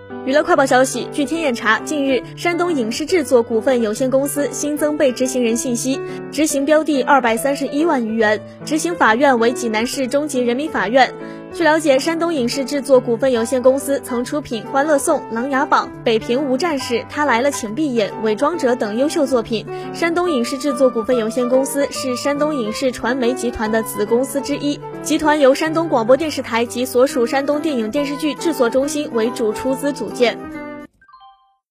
娱乐快报消息，据天眼查，近日山东影视制作股份有限公司新增被执行人信息，执行标的231万余元，执行法院为济南市中级人民法院。据了解，山东影视制作股份有限公司曾出品《欢乐颂》《琅琊榜》《北平无战事》《他来了请闭眼》《伪装者》等优秀作品。山东影视制作股份有限公司是山东影视传媒集团的子公司之一，集团由山东广播电视台及所属山东电影电视剧制作中心为主出资组建。